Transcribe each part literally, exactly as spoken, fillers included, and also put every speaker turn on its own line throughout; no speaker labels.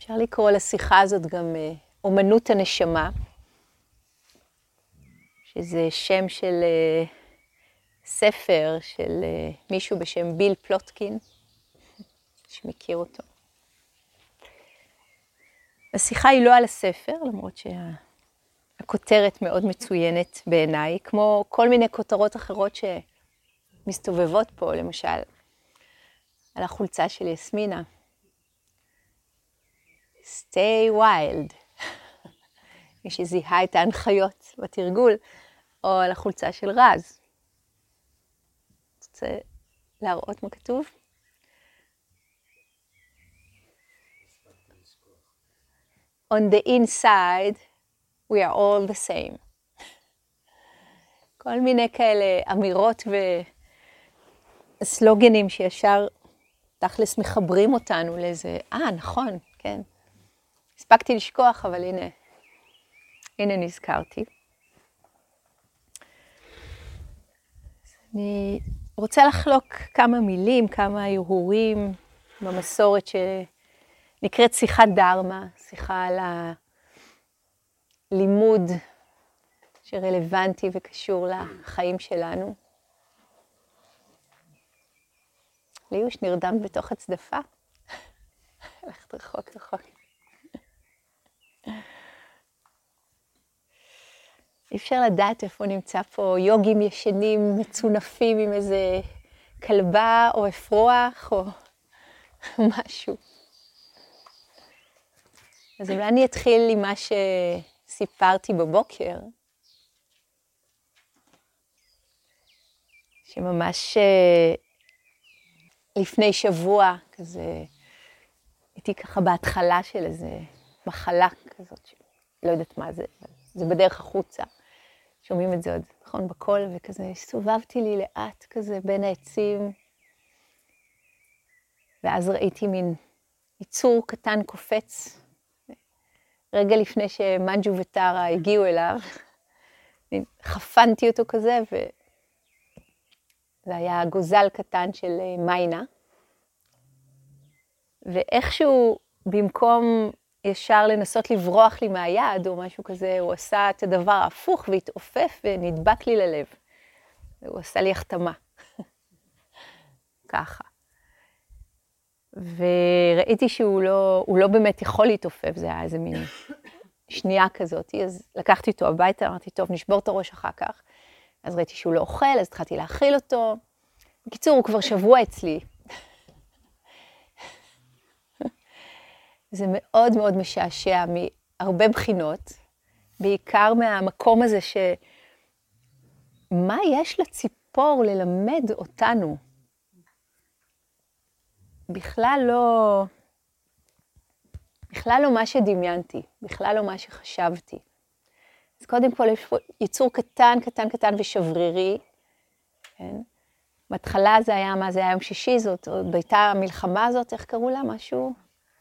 אפשר לקרוא לשיחה הזאת גם אומנות הנשמה, שזה שם של ספר של מישהו בשם ביל פלוטקין, שמכיר אותו. השיחה היא לא על הספר, למרות שהכותרת מאוד מצוינת בעיניי, כמו כל מיני כותרות אחרות שמסתובבות פה, למשל, על החולצה של יסמינה. Stay wild. מי שזיהה את ההנחיות בתרגול, או על החולצה של רז. רוצה להראות מה כתוב? On the inside, we are all the same. כל מיני כאלה אמירות וסלוגנים שישר תכלס מחברים אותנו לאיזה, אה, נכון, כן. הספקתי לשכוח, אבל הנה, הנה נזכרתי. אני רוצה לחלוק כמה מילים, כמה הרהורים במסורת שנקראת שיחת דרמה, שיחה על הלימוד שרלוונטי וקשור לחיים שלנו. ליוש נרדם בתוך הצדפה. הלכת רחוק רחוק. אי אפשר לדעת איפה נמצא פה יוגים ישנים מצונפים עם איזה כלבה או אפרוח או משהו. אז אולי אני אתחיל עם מה שסיפרתי בבוקר, שממש לפני שבוע כזה, הייתי ככה בהתחלה של איזה מחלה כזאת, לא יודעת מה זה, זה בדרך החוצה. שומעים את זה עוד, נכון, בקול, וכזה סובבתי לי לאט כזה בין העצים, ואז ראיתי מין יצור קטן קופץ, רגע לפני שמנג'ו וטרה הגיעו אליו, חפנתי אותו כזה, וזה היה גוזל קטן של מיינה, ואיכשהו במקום ישר לנסות לברוח לי מהיד או משהו כזה, הוא עשה את הדבר ההפוך והתעופף ונדבק לי ללב. הוא עשה לי החתמה. ככה. וראיתי שהוא לא, הוא לא באמת יכול להתעופף, זה היה איזה מין שנייה כזאת. אז לקחתי אותו הביתה, אמרתי, טוב, נשבור את הראש אחר כך. אז ראיתי שהוא לא אוכל, אז התחלתי להאכיל אותו. בקיצור, הוא כבר שבוע אצלי. זה מאוד מאוד משעשע מהרבה בחינות, בעיקר מהמקום הזה שמה יש לציפור ללמד אותנו? בכלל לא, בכלל לא מה שדמיינתי, בכלל לא מה שחשבתי. אז קודם כל יש פה יצור קטן, קטן, קטן ושברירי, כן? בהתחלה זה היה, מה זה היה יום שישי, זאת, הייתה המלחמה הזאת, איך קראו לה? משהו?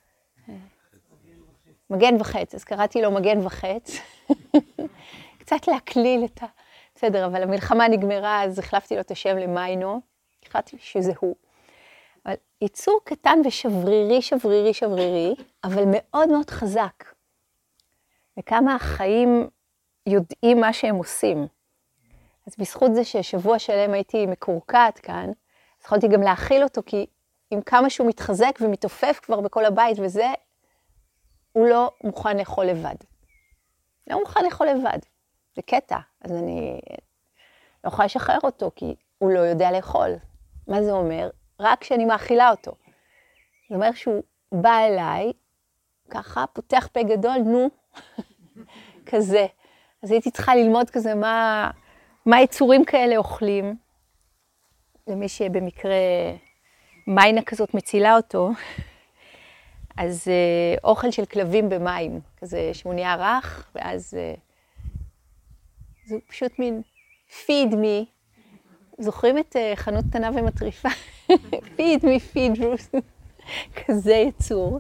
מגן וחץ, אז קראתי לו מגן וחץ. קצת להקליל את ה... בסדר, אבל המלחמה נגמרה, אז החלפתי לו את השם למיינו. החלטתי שזה הוא. אבל יצור קטן ושברירי, שברירי, שברירי, אבל מאוד מאוד חזק. וכמה החיים יודעים מה שהם עושים. אז בזכות זה ששבוע שלם הייתי מקורקעת כאן, אז יכולתי גם להאכיל אותו, כי עם כמה שהוא מתחזק ומתעופף כבר בכל הבית, וזה, הוא לא מוכן לאכול לבד. לא מוכן לאכול לבד. זה קטע. אז אני לא יכולה לשחרר אותו, כי הוא לא יודע לאכול. מה זה אומר? רק כשאני מאכילה אותו. זה אומר שהוא בא אליי, ככה, פותח פה גדול, נו, כזה. אז הייתי צריכה ללמוד כזה מה, מה יצורים כאלה אוכלים. למי שבמקרה מיינה כזאת מצילה אותו. אז אה, אוכל של כלבים במים, כזה שהוא נהיה רך, ואז אה, זה פשוט מין feed me. זוכרים את אה, חנות קטנה ומטריפה? feed me, feed me, כזה יצור.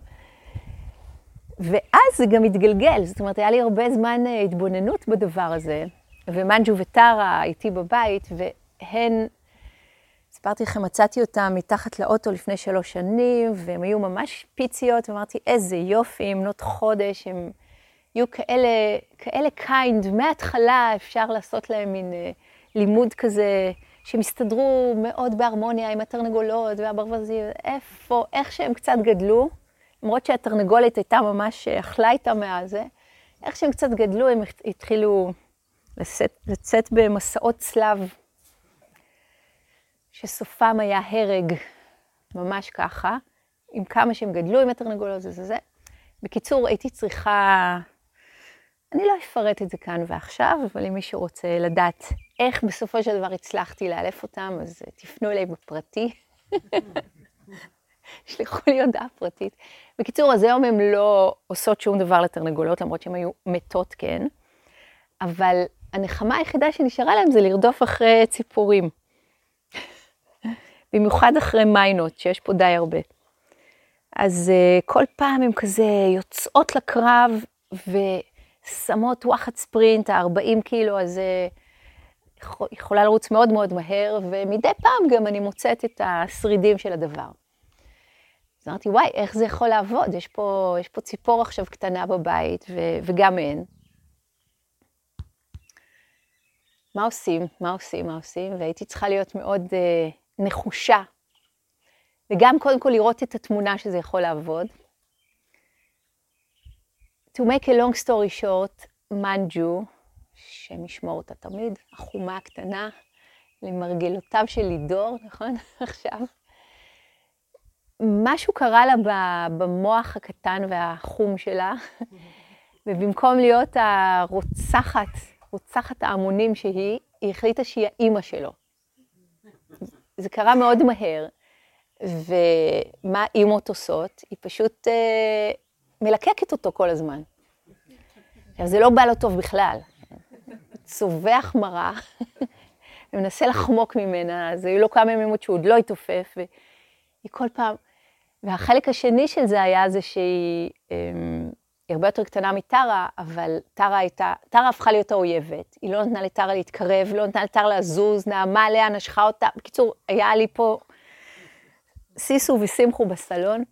ואז זה גם התגלגל, זאת אומרת, היה לי הרבה זמן אה, התבוננות בדבר הזה, ומנג'ו וטרה איתי בבית, והן, סיפרתי לכם, מצאתי אותם מתחת לאוטו לפני שלוש שנים, והם היו ממש פיציות, ואמרתי, איזה יופי, הם בנות חודש, הם יהיו כאלה, כאלה קיינד, מההתחלה אפשר לעשות להם מין אה, לימוד כזה, שהם הסתדרו מאוד בהרמוניה עם התרנגולות והברווזים, איפה, איך שהם קצת גדלו, למרות שהתרנגולת הייתה ממש אכלה איתה מהזה, איך שהם קצת גדלו, הם התחילו לצאת, לצאת במסעות צלב, שסופם היה הרג, ממש ככה, עם כמה שהם גדלו עם התרנגולות, זה זה זה. בקיצור, הייתי צריכה, אני לא אפרט את זה כאן ועכשיו, אבל אם מישהו רוצה לדעת איך בסופו של דבר הצלחתי לאלף אותם, אז תפנו אליי בפרטי. שלחו לי הודעה פרטית. בקיצור, אז היום הן לא עושות שום דבר לתרנגולות, למרות שהן היו מתות, כן. אבל הנחמה היחידה שנשארה להם זה לרדוף אחרי ציפורים. במיוחד אחרי מיינות, שיש פה די הרבה. אז uh, כל פעם הן כזה יוצאות לקרב ושמות וואחד ספרינט, ה-ארבעים קילו, אז uh, יכול, יכולה לרוץ מאוד מאוד מהר, ומדי פעם גם אני מוצאת את השרידים של הדבר. אז אמרתי, וואי, איך זה יכול לעבוד? יש פה, יש פה ציפור עכשיו קטנה בבית, ו- וגם אין. מה עושים? מה עושים? מה עושים? והייתי צריכה להיות מאוד uh, נחושה. וגם קודם כל לראות את התמונה שזה יכול לעבוד. To make a long story short, מנג'ו, שמשמור אותה תמיד, החומה הקטנה, למרגלותיו של לידור, נכון? עכשיו. משהו קרה לה במוח הקטן והחום שלה, ובמקום להיות הרוצחת, רוצחת ההמונים שהיא, היא החליטה שהיא האימא שלו. זה קרה מאוד מהר, ומה אימות עושות? היא פשוט אה, מלקקת אותו כל הזמן. עכשיו, זה לא בא לו טוב בכלל. צובח מרה, ומנסה לחמוק ממנה, אז היו לו כמה ימים שהוא עוד לא התעופף, והיא כל פעם... והחלק השני של זה היה זה שהיא אה, הרבה יותר קטנה מטרה, אבל טרה הייתה, טרה הפכה להיות האויבת. היא לא נתנה לטרה להתקרב, לא נתנה לטרה לזוז, נעמה עליה, נשכה אותה. בקיצור, היה לי פה סיסו וסימחו בסלון.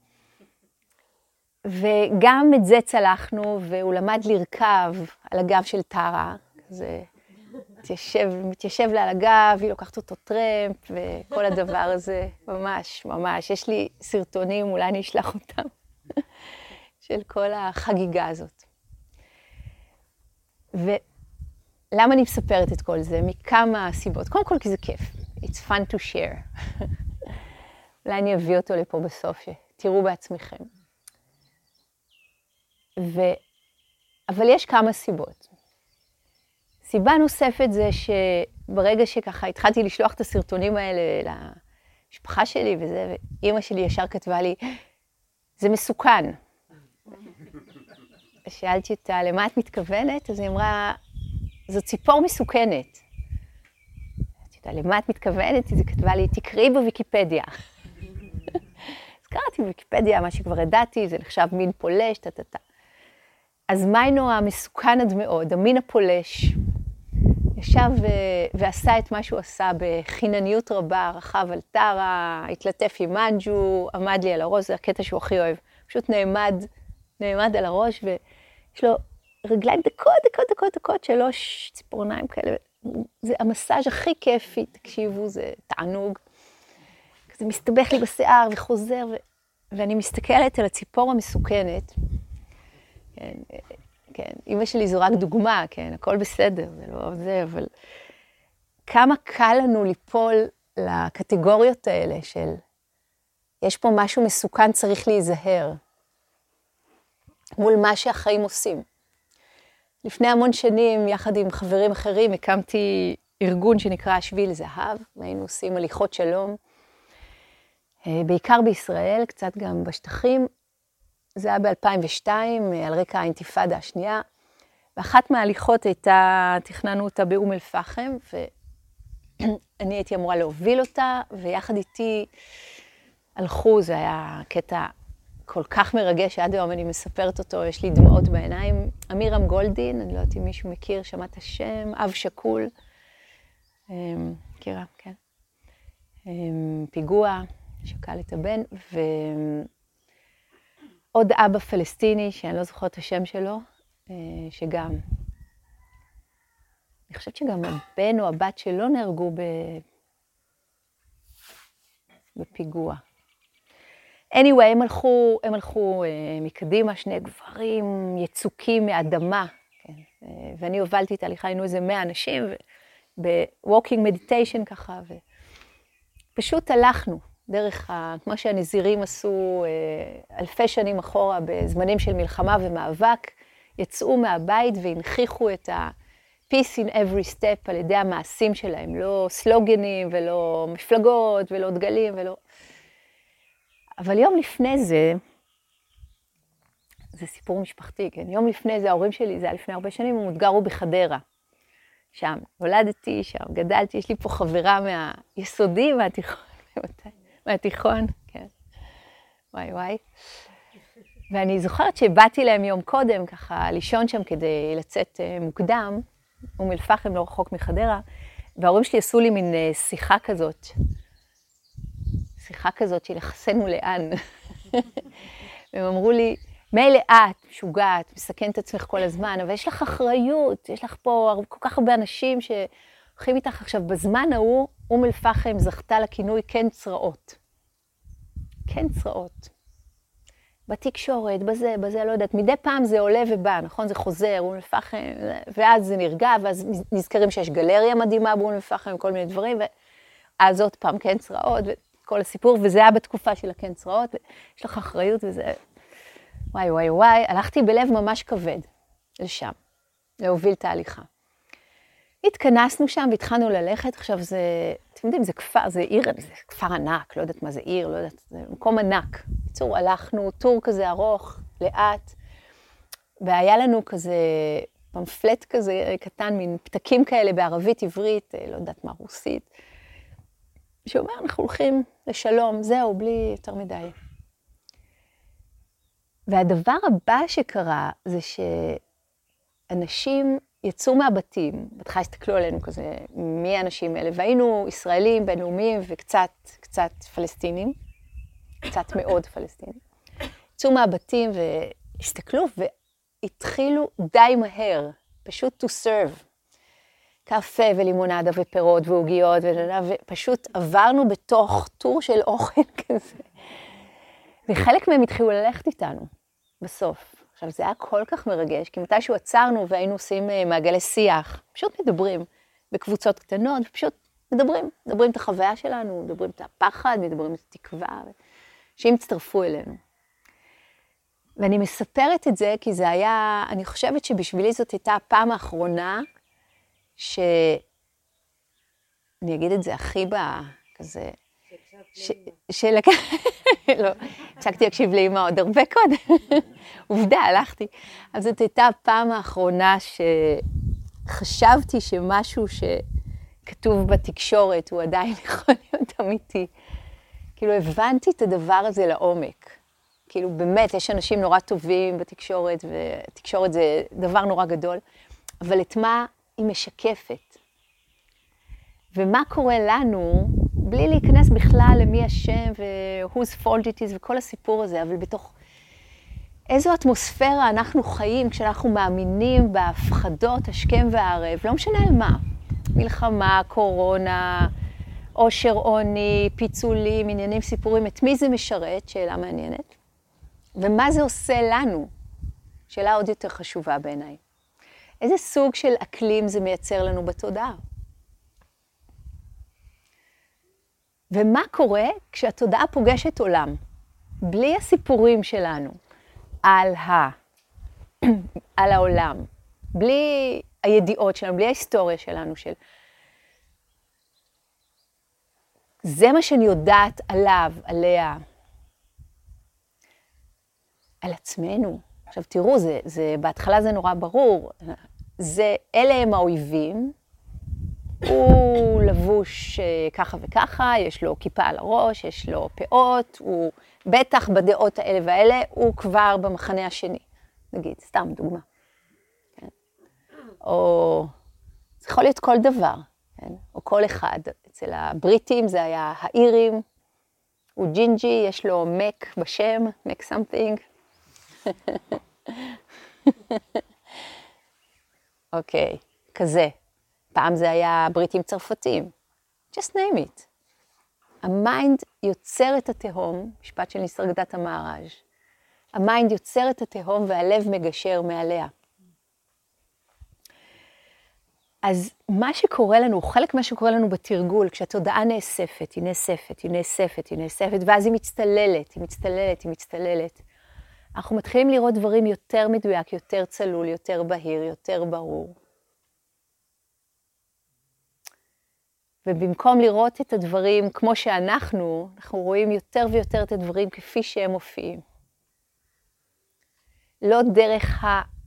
וגם את זה צלחנו, והוא למד לרכב על הגב של טרה. כזה מתיישב, מתיישב לה על הגב, היא לוקחת אותו טרמפ, וכל הדבר הזה, ממש, ממש. יש לי סרטונים, אולי אני אשלח אותם. של כל החגיגה הזאת. ולמה אני מספרת את כל זה? מכמה סיבות. קודם כל כי זה כיף. It's fun to share. אולי אני אביא אותו לפה בסוף, שתראו בעצמכם. ו... אבל יש כמה סיבות. סיבה נוספת זה שברגע שככה התחלתי לשלוח את הסרטונים האלה למשפחה שלי וזה, ואמא שלי ישר כתבה לי, זה מסוכן. שאלתי אותה, למה את מתכוונת? אז היא אמרה, זו ציפור מסוכנת. שאלתי אותה, למה את מתכוונת? אז היא כתבה לי, תקראי בוויקיפדיה. אז קראתי בוויקיפדיה, מה שכבר ידעתי, זה נחשב מין פולש, טטטה. אז מיינו המסוכן עד מאוד, המין הפולש, ישב ועשה את מה שהוא עשה בחינניות רבה, רכב על טרה, התלטף עם מנג'ו, עמד לי על הראש, זה הקטע שהוא הכי אוהב. פשוט נעמד, נעמד על הראש, ויש לו רגליים דקות, דקות, דקות, דקות, שלוש ציפורניים כאלה. זה המסאז' הכי כיפי, תקשיבו, זה תענוג. זה מסתבך לי בשיער וחוזר, ו... ואני מסתכלת על הציפור המסוכנת. כן, כן, אמא שלי זו רק דוגמה, כן, הכל בסדר, זה לא זה, אבל כמה קל לנו ליפול לקטגוריות האלה של יש פה משהו מסוכן, צריך להיזהר, מול מה שהחיים עושים. לפני המון שנים, יחד עם חברים אחרים, הקמתי ארגון שנקרא שביל זהב, והיינו עושים הליכות שלום, בעיקר בישראל, קצת גם בשטחים. זה היה ב-אלפיים ושתיים, על רקע האינתיפאדה השנייה, ואחת מההליכות הייתה, תכננו אותה באום אל-פחם, ואני הייתי אמורה להוביל אותה, ויחד איתי הלכו, זה היה קטע כל כך מרגש, שעד היום אני מספרת אותו, יש לי דמעות בעיניים. אמירם גולדין, אני לא יודעת אם מישהו מכיר, שמע את השם, אב שקול, מכירה, כן. פיגוע, שקל את הבן, ועוד אבא פלסטיני, שאני לא זוכרת את השם שלו, שגם, אני חושבת שגם הבן או הבת שלו נהרגו בפיגוע. anyway, הם הלכו, הם הלכו uh, מקדימה, שני גברים יצוקים מאדמה, כן? uh, ואני הובלתי את ההליכה, היינו איזה מאה אנשים, ב-walking meditation ככה, ופשוט הלכנו דרך, ה, כמו שהנזירים עשו uh, אלפי שנים אחורה, בזמנים של מלחמה ומאבק, יצאו מהבית והנכיחו את ה-peace in every step על ידי המעשים שלהם, לא סלוגנים ולא מפלגות ולא דגלים ולא... אבל יום לפני זה, זה סיפור משפחתי, כן? יום לפני זה, ההורים שלי, זה היה לפני הרבה שנים, הם גרו בחדרה. שם נולדתי, שם גדלתי, יש לי פה חברה מהיסודי, מהתיכון, מהתיכון, כן. וואי וואי. ואני זוכרת שבאתי להם יום קודם, ככה, לישון שם כדי לצאת מוקדם, אום אל-פחם לא רחוק מחדרה, וההורים שלי עשו לי מין שיחה כזאת, שיחה כזאת של יחסנו לאן. והם אמרו לי, מילא את, משוגעת, מסכנת את עצמך כל הזמן, אבל יש לך אחריות, יש לך פה כל כך הרבה אנשים שהולכים איתך עכשיו. בזמן ההוא, אום אל-פחם זכתה לכינוי כן צרעות. כן צרעות. בתקשורת, בזה, בזה, לא יודעת, מדי פעם זה עולה ובא, נכון? זה חוזר, אום אל-פחם, ואז זה נרגע, ואז נזכרים שיש גלריה מדהימה באום אל-פחם, כל מיני דברים, ואז עוד פעם כן צרעות, כל הסיפור, וזה היה בתקופה של הכן צרעות, יש לך אחריות וזה, וואי וואי וואי, הלכתי בלב ממש כבד לשם, להוביל תהליכה. התכנסנו שם והתחלנו ללכת, עכשיו זה, אתם יודעים, זה כפר, זה עיר, זה כפר ענק, לא יודעת מה זה עיר, לא יודעת, זה מקום ענק. בצור, הלכנו, טור כזה ארוך, לאט, והיה לנו כזה פמפלט כזה קטן, מין פתקים כאלה בערבית, עברית, לא יודעת מה, רוסית, שאומר, אנחנו הולכים לשלום, זהו, בלי יותר מדי. והדבר הבא שקרה, זה שאנשים יצאו מהבתים, בתחילה הסתכלו עלינו כזה, מי האנשים האלה, והיינו ישראלים, בינלאומיים, וקצת, קצת פלסטינים, קצת מאוד פלסטינים. יצאו מהבתים והסתכלו, והתחילו די מהר, פשוט to serve. קפה ולימונדה ופירות ועוגיות, ופשוט עברנו בתוך טור של אוכל כזה. וחלק מהם התחילו ללכת איתנו, בסוף. עכשיו, זה היה כל כך מרגש, כי מתישהו עצרנו והיינו עושים מעגלי שיח, פשוט מדברים בקבוצות קטנות, ופשוט מדברים, מדברים את החוויה שלנו, מדברים את הפחד, מדברים את התקווה, שהם הצטרפו אלינו. ואני מספרת את זה, כי זה היה, אני חושבת שבשבילי זאת הייתה הפעם האחרונה, שאני אגיד את זה הכי בה, כזה, שלקח, לא, הפסקתי להקשיב לאמא עוד הרבה קודם, עובדה, הלכתי. אז זאת הייתה הפעם האחרונה שחשבתי שמשהו שכתוב בתקשורת הוא עדיין יכול להיות אמיתי. כאילו הבנתי את הדבר הזה לעומק. כאילו באמת, יש אנשים נורא טובים בתקשורת, ותקשורת זה דבר נורא גדול, אבל את מה היא משקפת. ומה קורה לנו, בלי להיכנס בכלל למי השם ו-whose fault it is וכל הסיפור הזה, אבל בתוך איזו אטמוספירה אנחנו חיים כשאנחנו מאמינים בהפחדות השכם והערב, לא משנה על מה, מלחמה, קורונה, עושר עוני, פיצולים, עניינים, סיפורים, את מי זה משרת, שאלה מעניינת, ומה זה עושה לנו, שאלה עוד יותר חשובה בעיניי. איזה סוג של אקלים זה מייצר לנו בתודעה? ומה קורה כשהתודעה פוגשת עולם, בלי הסיפורים שלנו על, ה... על העולם, בלי הידיעות שלנו, בלי ההיסטוריה שלנו, של... זה מה שאני יודעת עליו, עליה, על עצמנו. עכשיו תראו, זה, זה, בהתחלה זה נורא ברור, זה, אלה הם האויבים, הוא לבוש ככה וככה, יש לו כיפה על הראש, יש לו פאות, הוא בטח בדעות האלה והאלה, הוא כבר במחנה השני, נגיד, סתם דוגמה. כן? או זה יכול להיות כל דבר. כן? או כל אחד. אצל הבריטים זה היה האירים, הוא ג'ינג'י, יש לו מק בשם, מק סמפינג. אוקיי, כזה. פעם זה היה בריטים צרפתים. Just name it. המיינד יוצר את התהום, משפט של ניסרגדתה מהראז'. המיינד יוצר את התהום והלב מגשר מעליה. אז מה שקורה לנו, חלק מה שקורה לנו בתרגול, כשהתודעה נאספת, היא נאספת, היא נאספת, היא נאספת, ואז היא מצטללת, היא מצטללת, היא מצטללת. אנחנו מתחילים לראות דברים יותר מדויק, יותר צלול, יותר בהיר, יותר ברור. ובמקום לראות את הדברים כמו שאנחנו, אנחנו רואים יותר ויותר את הדברים כפי שהם מופיעים. לא דרך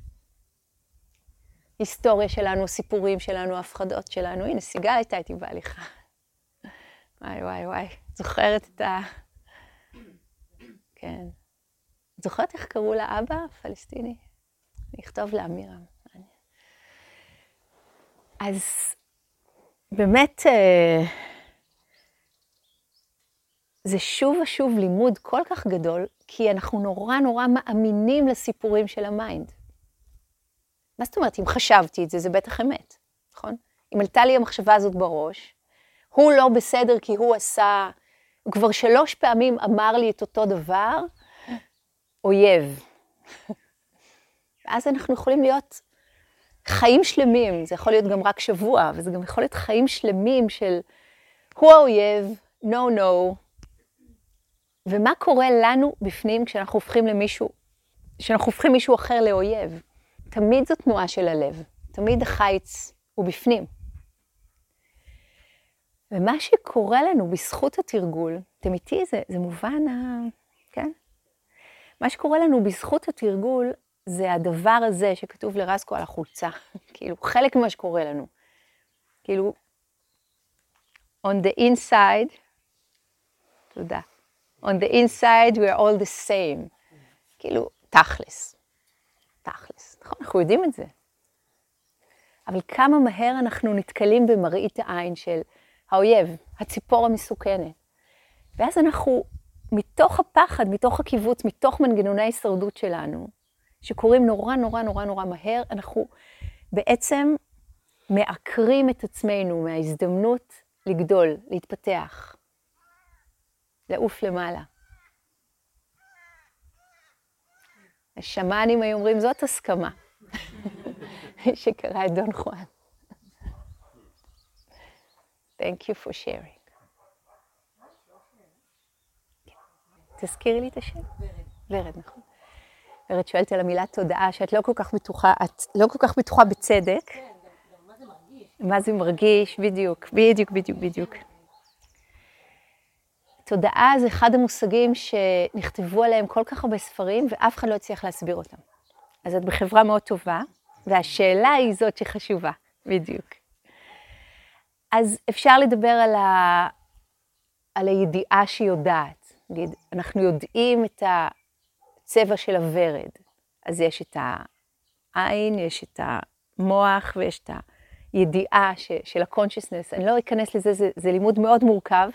ההיסטוריה שלנו, הסיפורים שלנו, ההפחדות שלנו. הנה, סיגל הייתה איתי בהליכה. וואי, וואי, וואי. זוכרת את ה... כן. זוכרת איך קראו לאבא הפלסטיני? אני אכתוב לאמירה. אז באמת, זה שוב ושוב לימוד כל כך גדול, כי אנחנו נורא נורא מאמינים לסיפורים של המיינד. מה זאת אומרת? אם חשבתי את זה, זה בטח אמת, נכון? אם עלתה לי המחשבה הזאת בראש, הוא לא בסדר כי הוא עשה, הוא כבר שלוש פעמים אמר לי את אותו דבר, אויב. ואז אנחנו יכולים להיות חיים שלמים, זה יכול להיות גם רק שבוע, וזה גם יכול להיות חיים שלמים של הוא האויב, no no. ומה קורה לנו בפנים כשאנחנו הופכים למישהו, כשאנחנו הופכים מישהו אחר לאויב? תמיד זו תנועה של הלב, תמיד החיץ הוא בפנים. ומה שקורה לנו בזכות התרגול, אתם איתי, זה, זה מובן, ה... כן? מה שקורה לנו בזכות התרגול, זה הדבר הזה שכתוב לרסקו על החולצה. כאילו, חלק ממה שקורה לנו. כאילו, on the inside, תודה. On the inside we are all the same. כאילו, תכלס. תכלס. נכון, אנחנו יודעים את זה. אבל כמה מהר אנחנו נתקלים במראית העין של האויב, הציפור המסוכנת. ואז אנחנו, מתוך הפחד, מתוך הקיבוץ, מתוך מנגנוני ההישרדות שלנו, שקוראים נורא נורא נורא נורא מהר, אנחנו בעצם מעקרים את עצמנו מההזדמנות לגדול, להתפתח, לעוף למעלה. השמאנים היו אומרים, זאת הסכמה, שקרא את דון חואן. Thank you for sharing. תזכירי לי את השם? ורד. ורד, נכון. ורד שואלת על המילה תודעה, שאת לא כל כך בטוחה, את לא כל כך בטוחה בצדק.
כן, מה זה מרגיש?
מה זה מרגיש, בדיוק, בדיוק, בדיוק, בדיוק. תודעה זה אחד המושגים שנכתבו עליהם כל כך הרבה ספרים, ואף אחד לא הצליח להסביר אותם. אז את בחברה מאוד טובה, והשאלה היא זאת שחשובה, בדיוק. אז אפשר לדבר על, ה... על הידיעה שיודעת. נגיד, אנחנו יודעים את הצבע של הוורד, אז יש את העין, יש את המוח ויש את הידיעה ש... של ה-consciousness. אני לא אכנס לזה, זה, זה לימוד מאוד מורכב.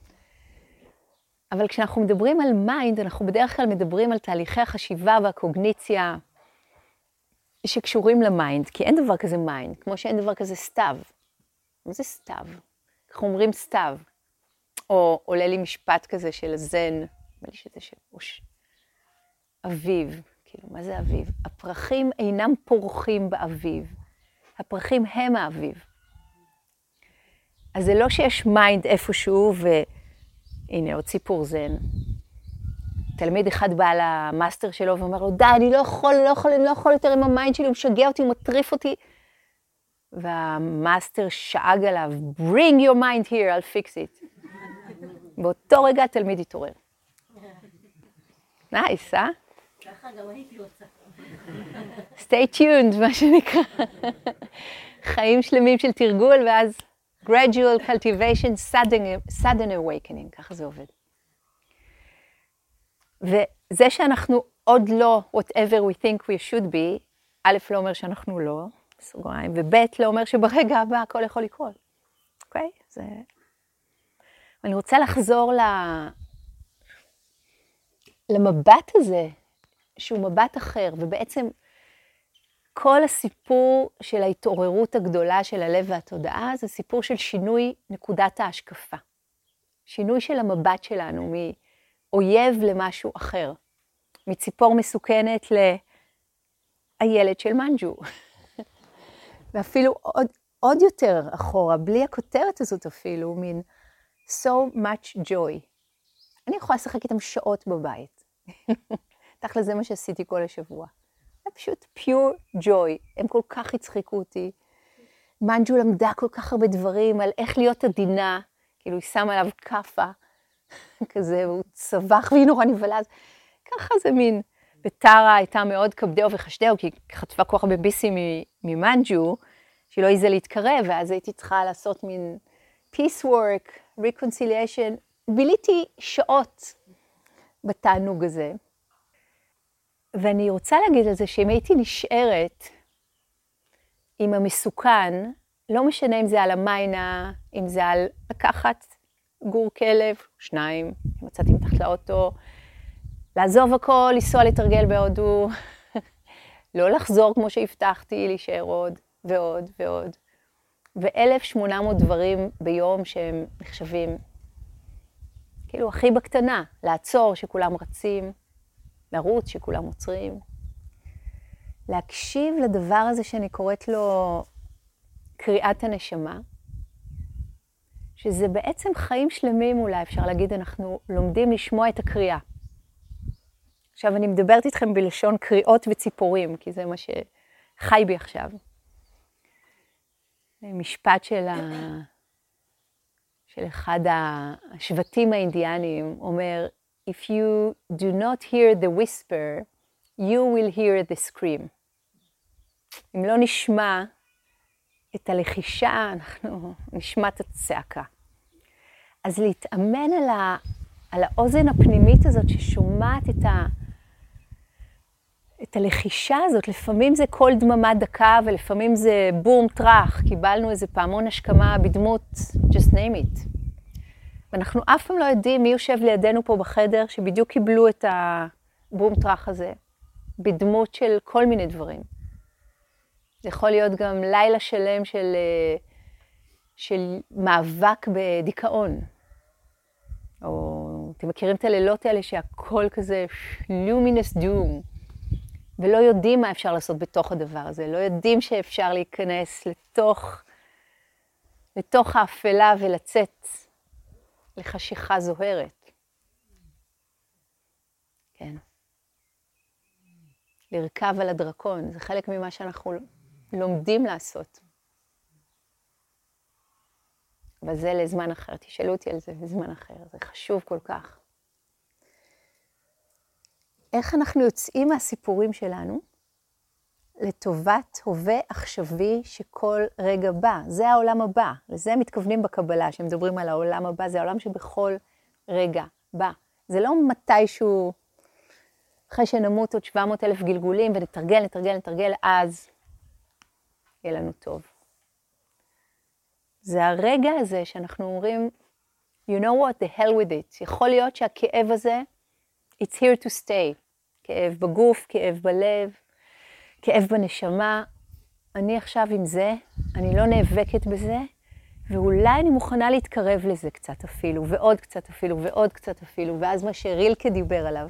אבל כשאנחנו מדברים על מיינד, אנחנו בדרך כלל מדברים על תהליכי החשיבה והקוגניציה שקשורים למיינד, כי אין דבר כזה מיינד, כמו שאין דבר כזה סתיו. מה זה סתיו? אנחנו אומרים סתיו. או עולה לי משפט כזה של זן, נראה לי שזה של אוש. אביב, כאילו, מה זה אביב? הפרחים אינם פורחים באביב. הפרחים הם האביב. אז זה לא שיש מיינד איפשהו, והנה, עוד סיפור זן. תלמיד אחד בא למאסטר שלו ואומר לו, די, אני לא יכול, לא יכול, אני לא יכול יותר עם המיינד שלי, הוא משגע אותי, הוא מטריף אותי. והמאסטר שאג עליו, bring your mind here, I'll fix it. באותו רגע התלמיד התעורר. נייס, אה?
ככה גם הייתי רוצה.
stay tuned, מה שנקרא. חיים שלמים של תרגול, ואז gradual cultivation, sudden, sudden awakening, ככה זה עובד. וזה שאנחנו עוד לא whatever we think we should be, א' לא אומר שאנחנו לא, בסוגריים, וב' לא אומר שברגע הבא הכל יכול לקרות. אוקיי? זה... אני רוצה לחזור ל... למבט הזה, שהוא מבט אחר, ובעצם כל הסיפור של ההתעוררות הגדולה של הלב והתודעה, זה סיפור של שינוי נקודת ההשקפה. שינוי של המבט שלנו מאויב למשהו אחר. מציפור מסוכנת לילד של מנג'ו. ואפילו עוד, עוד יותר אחורה, בלי הכותרת הזאת אפילו, מין so much joy. אני יכולה לשחק איתם שעות בבית. תכל'ס זה מה שעשיתי כל השבוע. זה פשוט pure joy. הם כל כך הצחיקו אותי. מנג'ו למדה כל כך הרבה דברים על איך להיות עדינה. כאילו היא שמה עליו קפה כזה, והוא צבח והיא נורא נבלה. ככה זה מין. וטרה הייתה מאוד כבדהו וחשדהו, כי היא חטפה כל כך הרבה ביסים ממנג'ו, שהיא לא איזה להתקרב, ואז הייתי צריכה לעשות מין peace work, reconciliation. ביליתי שעות בתענוג הזה. ואני רוצה להגיד על זה שאם הייתי נשארת עם המסוכן, לא משנה אם זה על המיינה, אם זה על לקחת גור כלב, שניים, מצאתי מתחת לאוטו, לעזוב הכל, לנסוע לתרגל בהודו, לא לחזור כמו שהבטחתי, להישאר עוד ועוד ועוד. ו-אלף ושמונה מאות דברים ביום שהם נחשבים, כאילו הכי בקטנה, לעצור שכולם רצים, לרוץ שכולם עוצרים. להקשיב לדבר הזה שאני קוראת לו קריאת הנשמה, שזה בעצם חיים שלמים אולי, אפשר להגיד, אנחנו לומדים לשמוע את הקריאה. עכשיו אני מדברת איתכם בלשון קריאות וציפורים, כי זה מה שחי בי עכשיו. משפט של, ה... של אחד השבטים האינדיאניים אומר, If you do not hear the whisper, you will hear the scream. אם לא נשמע את הלחישה, אנחנו נשמע את הצעקה. אז להתאמן על, ה... על האוזן הפנימית הזאת ששומעת את ה... את הלחישה הזאת, לפעמים זה כל דממה דקה, ולפעמים זה בום טרח, קיבלנו איזה פעמון השכמה בדמות, just name it. ואנחנו אף פעם לא יודעים מי יושב לידינו פה בחדר, שבדיוק קיבלו את הבום טרח הזה, בדמות של כל מיני דברים. זה יכול להיות גם לילה שלם של, של מאבק בדיכאון. או אתם מכירים את הלילות האלה שהכל כזה luminous doom. ולא יודעים מה אפשר לעשות בתוך הדבר הזה, לא יודעים שאפשר להיכנס לתוך, לתוך האפלה ולצאת לחשיכה זוהרת. כן. לרכב על הדרקון, זה חלק ממה שאנחנו לומדים לעשות. אבל זה לזמן אחר, תשאלו אותי על זה לזמן אחר, זה חשוב כל כך. איך אנחנו יוצאים מהסיפורים שלנו לטובת הווה עכשווי שכל רגע בא. זה העולם הבא. לזה מתכוונים בקבלה, שמדברים על העולם הבא, זה העולם שבכל רגע בא. זה לא מתישהו, אחרי שנמות עוד שבע מאות אלף גלגולים, ונתרגל, נתרגל, נתרגל, אז יהיה לנו טוב. זה הרגע הזה שאנחנו אומרים, you know what, the hell with it. יכול להיות שהכאב הזה, it's here to stay. כאב בגוף, כאב בלב, כאב בנשמה. אני עכשיו עם זה, אני לא נאבקת בזה, ואולי אני מוכנה להתקרב לזה קצת אפילו, ועוד קצת אפילו, ועוד קצת אפילו, ואז מה שרילקה דיבר עליו.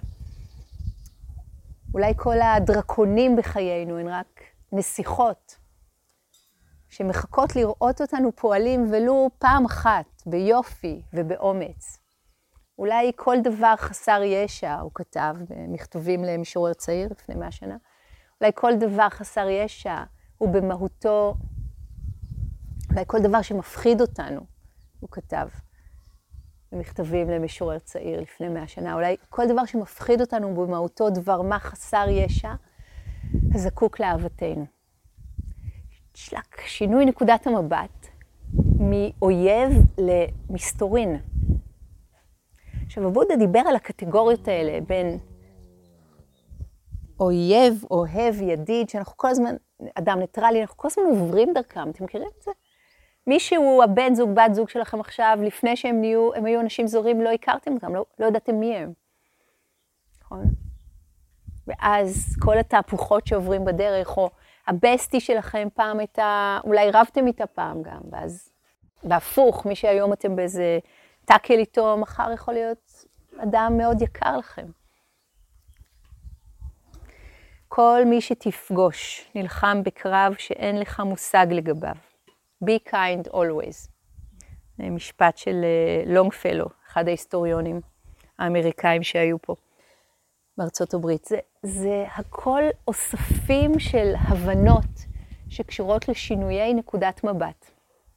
אולי כל הדרקונים בחיינו הן רק נסיכות, שמחכות לראות אותנו פועלים ולו פעם אחת, ביופי ובאומץ. אולי כל דבר חסר ישע, הוא כתב במכתובים למשורר צעיר לפני מאה שנה, אולי כל דבר חסר ישע הוא במהותו, אולי כל דבר שמפחיד אותנו, הוא כתב במכתבים למשורר צעיר לפני מאה שנה, אולי כל דבר שמפחיד אותנו הוא במהותו דבר מה חסר ישע, הזקוק לאהבתנו. שינוי נקודת המבט מאויב למסתורין. עכשיו, הבודה דיבר על הקטגוריות האלה בין אויב, אוהב, ידיד, שאנחנו כל הזמן, אדם ניטרלי, אנחנו כל הזמן עוברים דרכם, אתם מכירים את זה? מישהו, הבן זוג, בת זוג שלכם עכשיו, לפני שהם נהיו, הם היו אנשים זורים, לא הכרתם אותם, לא, לא ידעתם מי הם. נכון? ואז כל התהפוכות שעוברים בדרך, או הבסטי שלכם פעם הייתה, אולי רבתם איתה פעם גם, ואז בהפוך, מי שהיום אתם באיזה טאקל איתו, מחר יכול להיות אדם מאוד יקר לכם. כל מי שתפגוש נלחם בקרב שאין לך מושג לגביו. Be kind always. זה משפט של לונגפלו, אחד ההיסטוריונים האמריקאים שהיו פה בארצות הברית. זה, זה הכל אוספים של הבנות שקשורות לשינויי נקודת מבט.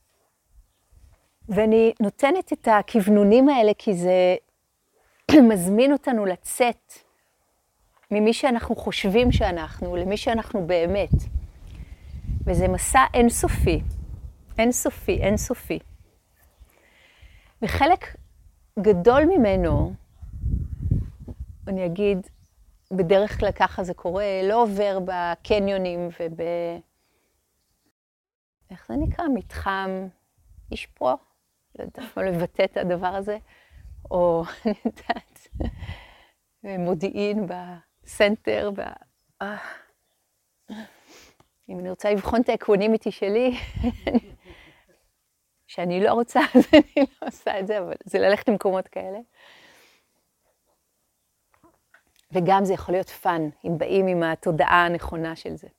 ואני נותנת את הכוונונים האלה כי זה מזמין אותנו לצאת ממי שאנחנו חושבים שאנחנו, למי שאנחנו באמת. וזה מסע אינסופי, אינסופי, אינסופי. וחלק גדול ממנו, אני אגיד, בדרך כלל ככה זה קורה, לא עובר בקניונים וב... איך זה נקרא? מתחם איש פה? לא יודעת מה לבטא את הדבר הזה. או, אני יודעת, מודיעין בסנטר. ב... אם אני רוצה לבחון את האקוונימיטי שלי, שאני לא רוצה, אז אני לא עושה את זה, אבל זה ללכת למקומות כאלה. וגם זה יכול להיות פן, אם באים עם התודעה הנכונה של זה.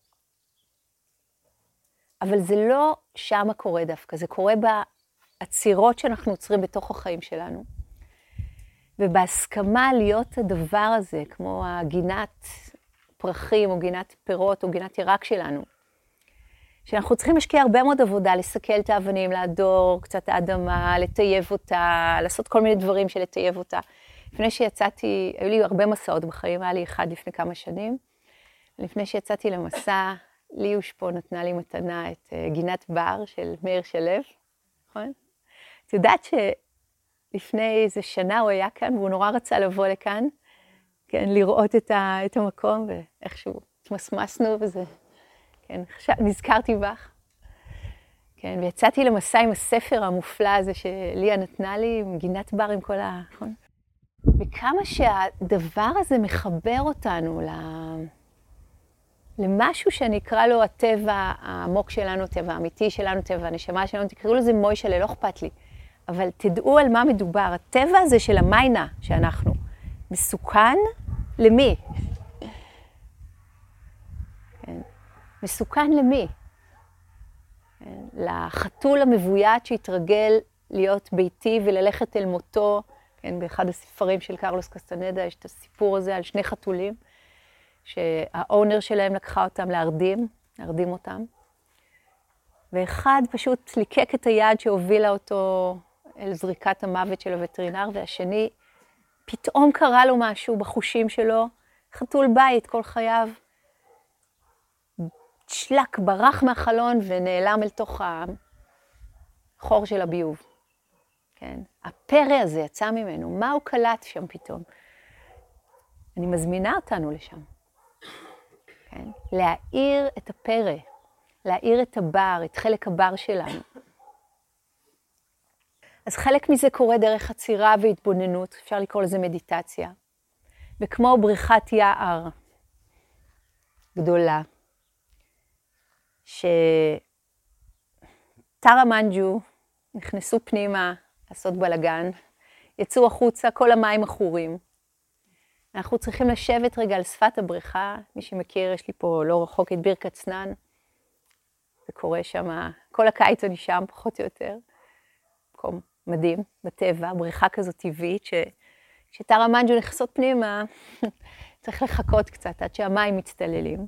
אבל זה לא שם קורה דווקא, זה קורה בעצירות שאנחנו עוצרים בתוך החיים שלנו. ובהסכמה להיות הדבר הזה, כמו הגינת פרחים, או גינת פירות, או גינת ירק שלנו. שאנחנו צריכים להשקיע הרבה מאוד עבודה, לסכל את האבנים, להדור קצת האדמה, לטייב אותה, לעשות כל מיני דברים של לטייב אותה. לפני שיצאתי, היו לי הרבה מסעות בחיים, היה לי אחד לפני כמה שנים. לפני שיצאתי למסע, ליוש פה נתנה לי מתנה את גינת בר של מאיר שלו, נכון? את יודעת שלפני איזה שנה הוא היה כאן, והוא נורא רצה לבוא לכאן, כן, לראות את, ה, את המקום, ואיכשהו התמסמסנו וזה, כן, עכשיו, נזכרתי בך. כן, ויצאתי למסע עם הספר המופלא הזה שליה נתנה לי, עם גינת בר עם כל ה... נכון? וכמה שהדבר הזה מחבר אותנו למשהו שאני אקרא לו הטבע העמוק שלנו, טבע האמיתי שלנו, טבע הנשמה שלנו, תקראו לזה מוישלה, לא אכפת לי. אבל תדעו על מה מדובר. הטבע הזה של המיינה שאנחנו, מסוכן למי? כן. מסוכן למי? כן. לחתול המבוית שהתרגל להיות ביתי וללכת אל מותו, כן, באחד הספרים של קרלוס קסטנדה יש את הסיפור הזה על שני חתולים, שהאונר שלהם לקחה אותם להרדים, להרדים אותם. ואחד פשוט ליקק את היד שהובילה אותו אל זריקת המוות של הווטרינר, והשני פתאום קרה לו משהו בחושים שלו, חתול בית כל חייו, שלק, ברח מהחלון ונעלם אל תוך החור של הביוב. כן? הפרא הזה יצא ממנו, מה הוא קלט שם פתאום? אני מזמינה אותנו לשם. כן? להאיר את הפרא, להאיר את הבר, את חלק הבר שלנו. אז חלק מזה קורה דרך עצירה והתבוננות, אפשר לקרוא לזה מדיטציה. וכמו בריכת יער גדולה, שטרה מנג'ו נכנסו פנימה לעשות בלגן, יצאו החוצה, כל המים אחורים. אנחנו צריכים לשבת רגע על שפת הבריכה, מי שמכיר, יש לי פה לא רחוק את בירקת סנן, זה קורה שם, כל הקיץ אני שם פחות או יותר, מקום מדהים בטבע, בריכה כזאת טבעית, שטרה מנג'ו נכנסות פנימה, צריך לחכות קצת עד שהמים מצטללים.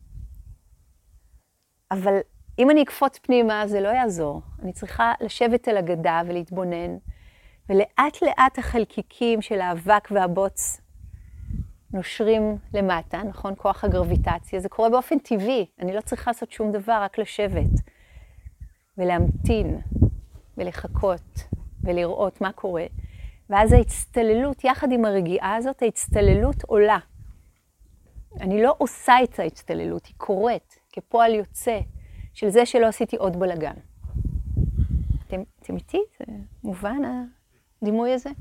אבל אם אני אקפוץ פנימה, זה לא יעזור. אני צריכה לשבת על הגדה ולהתבונן, ולאט לאט החלקיקים של האבק והבוץ נושרים למטה, נכון? כוח הגרביטציה. זה קורה באופן טבעי. אני לא צריכה לעשות שום דבר, רק לשבת ולהמתין ולחכות ולראות מה קורה. ואז ההצטללות, יחד עם הרגיעה הזאת, ההצטללות עולה. אני לא עושה את ההצטללות, היא קורית כפועל יוצא של זה שלא עשיתי עוד בלגן. אתם, אתם איתי? זה מובן הדימוי הזה?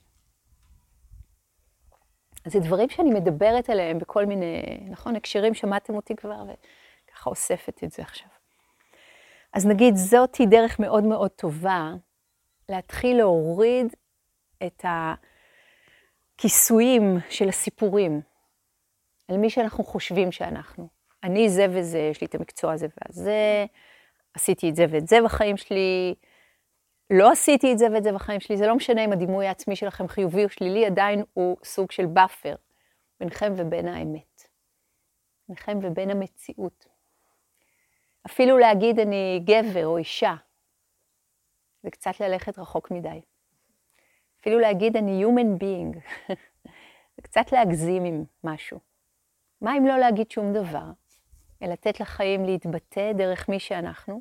אז זה דברים שאני מדברת עליהם בכל מיני, נכון, הקשרים, שמעתם אותי כבר, וככה אוספת את זה עכשיו. אז נגיד, זאת היא דרך מאוד מאוד טובה, להתחיל להוריד את הכיסויים של הסיפורים, על מי שאנחנו חושבים שאנחנו. אני זה וזה, יש לי את המקצוע הזה והזה, עשיתי את זה ואת זה בחיים שלי, לא עשיתי את זה ואת זה בחיים שלי, זה לא משנה אם הדימוי העצמי שלכם חיובי או שלילי, עדיין הוא סוג של באפר, ביניכם ובין האמת, ביניכם ובין המציאות. אפילו להגיד אני גבר או אישה, זה קצת ללכת רחוק מדי. אפילו להגיד אני human being, זה קצת להגזים עם משהו. מה אם לא להגיד שום דבר? אלא לתת לחיים להתבטא דרך מי שאנחנו,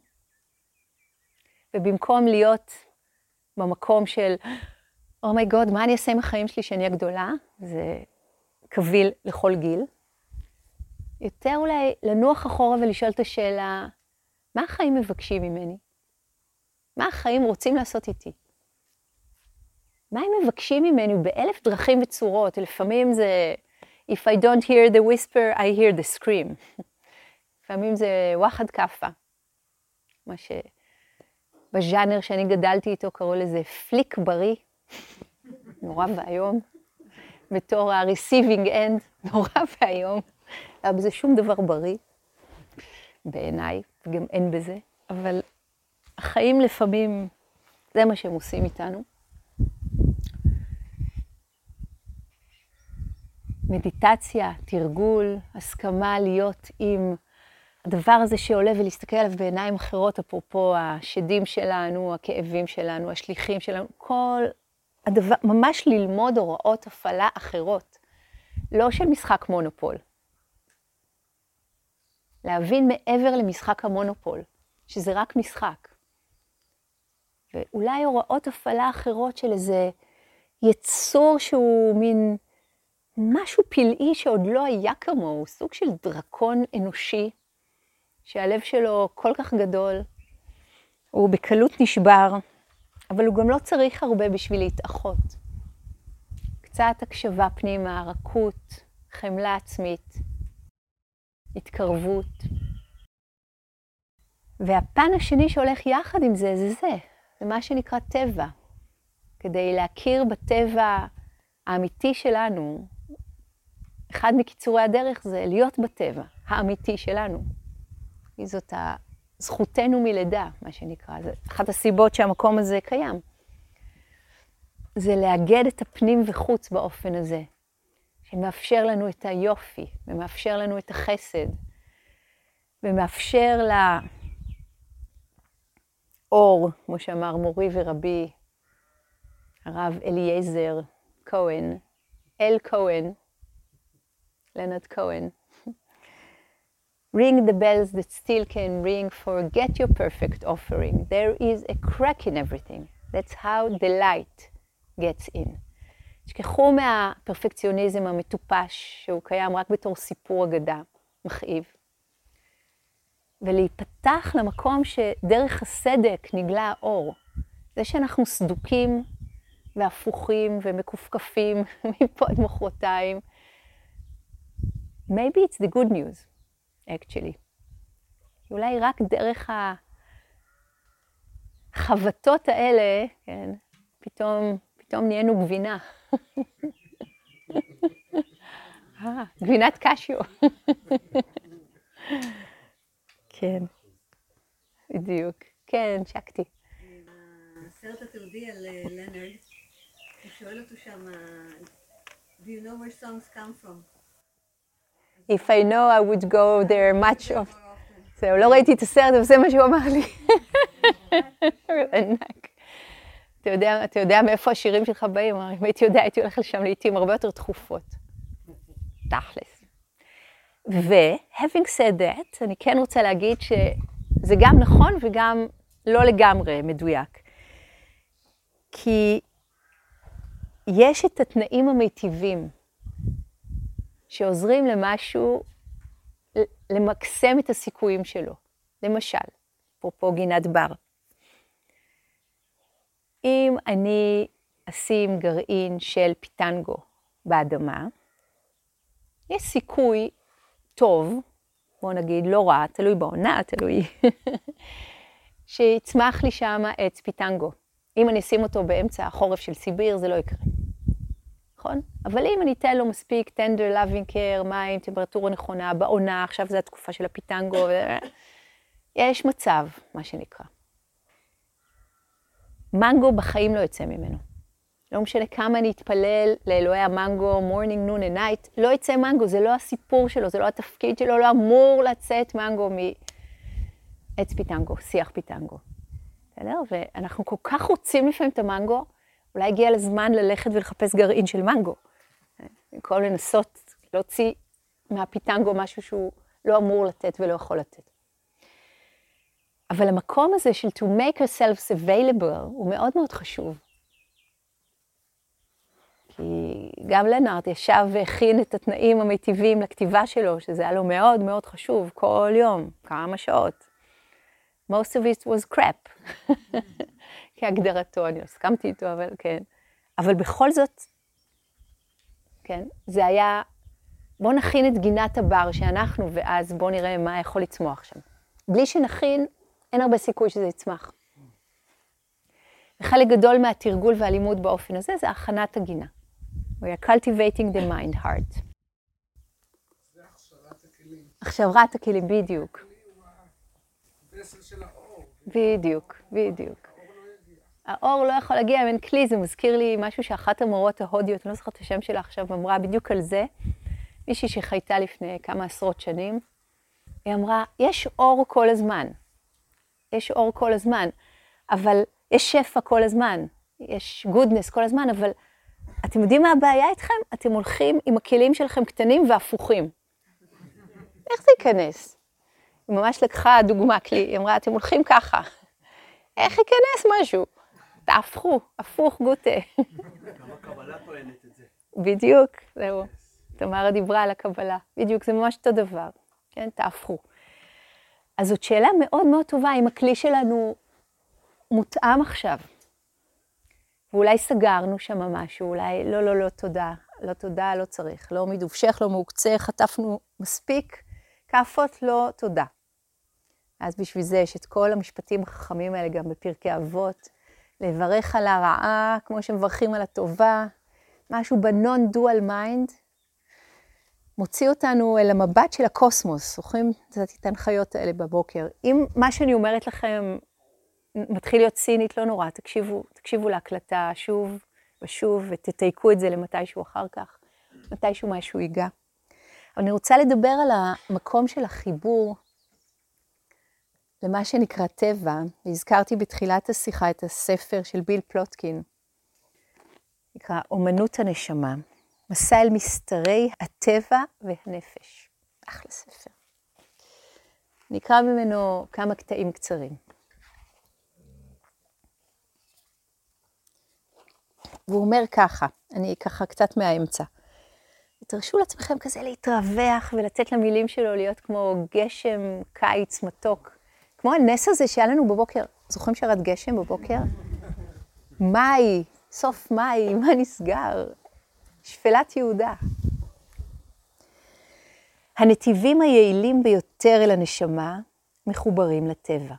ובמקום להיות במקום של, אומייגוד, מה אני אעשה עם החיים שלי שאני הגדולה? זה קביל לכל גיל. יותר אולי לנוח אחורה ולשאול את השאלה, מה החיים מבקשים ממני? מה החיים רוצים לעשות איתי? מה הם מבקשים ממנו באלף דרכים וצורות? לפעמים זה, if I don't hear the whisper, I hear the scream. לפעמים זה וואחד קפה. מה שבז'אנר שאני גדלתי איתו קראו לזה פליק בריא. נורא והיום. בתור ה-receiving end, נורא והיום. לא בזה שום דבר בריא. בעיניי, וגם אין בזה. אבל החיים לפעמים, זה מה שהם עושים איתנו. מדיטציה, תרגול, הסכמה להיות עם הדבר הזה שעולה ולהסתכל עליו בעיניים אחרות, אפרופו השדים שלנו, הכאבים שלנו, השליחים שלנו, כל הדבר, ממש ללמוד הוראות הפעלה אחרות, לא של משחק מונופול. להבין מעבר למשחק המונופול, שזה רק משחק. ואולי הוראות הפעלה אחרות של איזה יצור שהוא מין משהו פלאי שעוד לא היה כמוהו, סוג של דרקון אנושי, שהלב שלו כל כך גדול, הוא בקלות נשבר, אבל הוא גם לא צריך הרבה בשביל להתאחות. קצת הקשבה פנימה, רכות, חמלה עצמית, התקרבות. והפן השני שהולך יחד עם זה, זה זה. זה מה שנקרא טבע. כדי להכיר בטבע האמיתי שלנו, אחד מקיצורי הדרך זה להיות בטבע האמיתי שלנו. זאת זכותנו מלידה, מה שנקרא. זה אחת הסיבות שהמקום הזה קיים. זה לאגד את הפנים וחוץ באופן הזה, שמאפשר לנו את היופי, ומאפשר לנו את החסד, ומאפשר לאור, כמו שאמר מורי ורבי, הרב אליעזר כהן, אל כהן, לנד כהן. Ring the bells that still can ring, forget your perfect offering. There is a crack in everything. That's how the light gets in. תשכחו מהפרפקציוניזם המטופש, שהוא קיים רק בתור סיפור אגדה, מכאיב. ולהיפתח למקום שדרך הסדק נגלה האור. זה שאנחנו סדוקים והפוכים ומקופקפים מפה עד מחרתיים. Maybe it's the good news, actually. אולי רק דרך החבטות האלה, כן, פתאום, פתאום נהיינו גבינה. אה, גבינת קשיו. כן, בדיוק. כן, שקתי.
הסרט התיעודי על לנרד, הוא שואל אותו שם, do you know where songs come from?
If I know, I would go there much of... זהו, לא ראיתי את הסרט, אבל זה מה שהוא אמר לי. ענק. אתה יודע, אתה יודע מאיפה השירים שלך באים? אם הייתי יודע, הייתי הולך לשם לעתים הרבה יותר תכופות. תכלס. ו-having said that, אני כן רוצה להגיד שזה גם נכון וגם לא לגמרי מדויק. כי יש את התנאים המיטיבים שעוזרים למשהו למקסם את הסיכויים שלו. למשל, אפרופו גינת בר. אם אני אשים גרעין של פיטנגו באדמה, יש סיכוי טוב, בוא נגיד לא רע, תלוי בעונה, תלוי, שיצמח לי שם עץ פיטנגו. אם אני אשים אותו באמצע החורף של סיביר, זה לא יקרה. נכון? אבל אם אני אתן לו מספיק tender loving care, מים, טמפרטורה נכונה, בעונה, עכשיו זו התקופה של הפיטנגו, יש מצב, מה שנקרא. מנגו בחיים לא יוצא ממנו. לא משנה כמה אני אתפלל לאלוהי המנגו, morning, noon and night, לא יצא מנגו, זה לא הסיפור שלו, זה לא התפקיד שלו, לא אמור לצאת מנגו מעץ פיטנגו, שיח פיטנגו. בסדר? ואנחנו כל כך רוצים לפעמים את המנגו, אולי הגיע לזמן ללכת ולחפש גרעין של מנגו. במקום לנסות להוציא מהפיטנגו משהו שהוא לא אמור לתת ולא יכול לתת. אבל המקום הזה של to make ourselves available הוא מאוד מאוד חשוב. כי גם לנארד ישב והכין את התנאים המיטיביים לכתיבה שלו, שזה היה לו מאוד מאוד חשוב, כל יום, כמה שעות. Most of it was crap. כהגדרתו, אני לא הסכמתי איתו, אבל כן. אבל בכל זאת, כן, זה היה, בוא נכין את גינת הבר שאנחנו, ואז בוא נראה מה יכול לצמוח שם. בלי שנכין, אין הרבה סיכוי שזה יצמח. וחלק גדול מהתרגול והלימוד באופן הזה, זה הכנת הגינה. We are cultivating the mind heart.
זה הכשרת הכלים.
הכשרת הכלים, בדיוק.
וסל של האור.
בדיוק, בדיוק.
האור לא יגיע.
האור לא יכול להגיע, אם אין כלי, זה מזכיר לי משהו שאחת המורות ההודיות, אני לא זוכרת את השם שלה עכשיו, אמרה בדיוק על זה, מישהי שחייתה לפני כמה עשרות שנים, היא אמרה, יש אור כל הזמן, יש אור כל הזמן, אבל יש שפע כל הזמן, יש גודנס כל הזמן, אבל אתם יודעים מה הבעיה איתכם? אתם הולכים עם הכלים שלכם קטנים והפוכים. איך זה ייכנס? היא ממש לקחה דוגמה כלי, היא אמרה, אתם הולכים ככה. איך ייכנס משהו? תהפכו, הפוך גוטה.
גם הקבלה טוענת את זה.
בדיוק, זהו. תמרה דיברה על הקבלה. בדיוק, זה ממש אותו דבר. כן, תהפכו. אז זאת שאלה מאוד מאוד טובה, אם הכלי שלנו מותאם עכשיו. ואולי סגרנו שם משהו, אולי לא, לא, לא, תודה. לא תודה, לא צריך. לא מדובשך, לא מעוקצה, חטפנו מספיק. כאפות, לא תודה. אז בשביל זה יש את כל המשפטים החכמים האלה גם בפרקי אבות. לברך על הרעה, כמו שמברכים על הטובה. משהו בנון-דואל מיינד. מוציא אותנו אל המבט של הקוסמוס. זוכרים? זאת את ההנחיות האלה בבוקר. אם מה שאני אומרת לכם מתחיל להיות סינית, לא נורא. תקשיבו, תקשיבו להקלטה שוב ושוב, ותתייקו את זה למתישהו אחר כך. מתישהו משהו ייגע. אבל אני רוצה לדבר על המקום של החיבור למה שנקרא טבע. והזכרתי בתחילת השיחה את הספר של ביל פלוטקין. נקרא אומנות הנשמה. מסע אל מסתרי הטבע והנפש. אחלה ספר. נקרא ממנו כמה קטעים קצרים. והוא אומר ככה, אני ככה קצת מהאמצע. תרשו לעצמכם כזה להתרווח ולתת למילים שלו להיות כמו גשם, קיץ, מתוק. כמו הנס הזה שהיה לנו בבוקר. זוכרים שרת גשם בבוקר? מאי, סוף מאי, מה נסגר? שפלת יהודה. הנתיבים היעילים ביותר אל הנשמה מחוברים לטבע.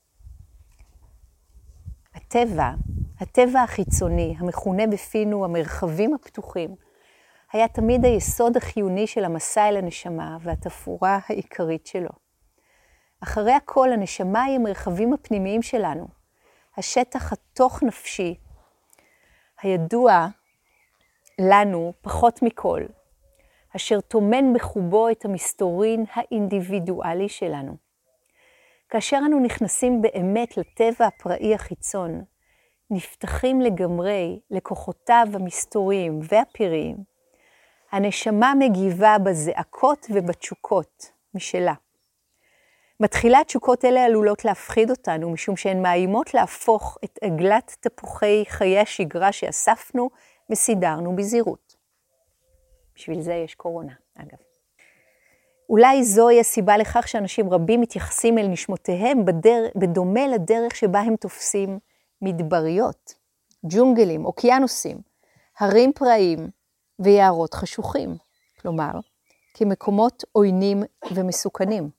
הטבע, הטבע החיצוני, המכונה בפינו המרחבים הפתוחים, היה תמיד היסוד החיוני של המסע אל הנשמה והתפאורה העיקרית שלו. אחרי הכל, הנשמה היא המרחבים הפנימיים שלנו, השטח התוך נפשי, הידוע לנו פחות מכל, אשר תומן בחובו את המסתורין האינדיבידואלי שלנו. כאשר אנו נכנסים באמת לטבע הפראי החיצון, נפתחים לגמרי לכוחותיו המסתוריים והפיריים, הנשמה מגיבה בזעקות ובתשוקות משלה. בתחילה תשוקות אלה עלולות להפחיד אותנו, משום שהן מאיימות להפוך את עגלת תפוחי חיי השגרה שאספנו וסידרנו בזהירות. בשביל זה יש קורונה, אגב. אולי זוהי הסיבה לכך שאנשים רבים מתייחסים אל נשמותיהם בדר... בדומה לדרך שבה הם תופסים מדבריות. ג'ונגלים, אוקיינוסים, הרים פראיים ויערות חשוכים, כלומר, כמקומות עוינים ומסוכנים.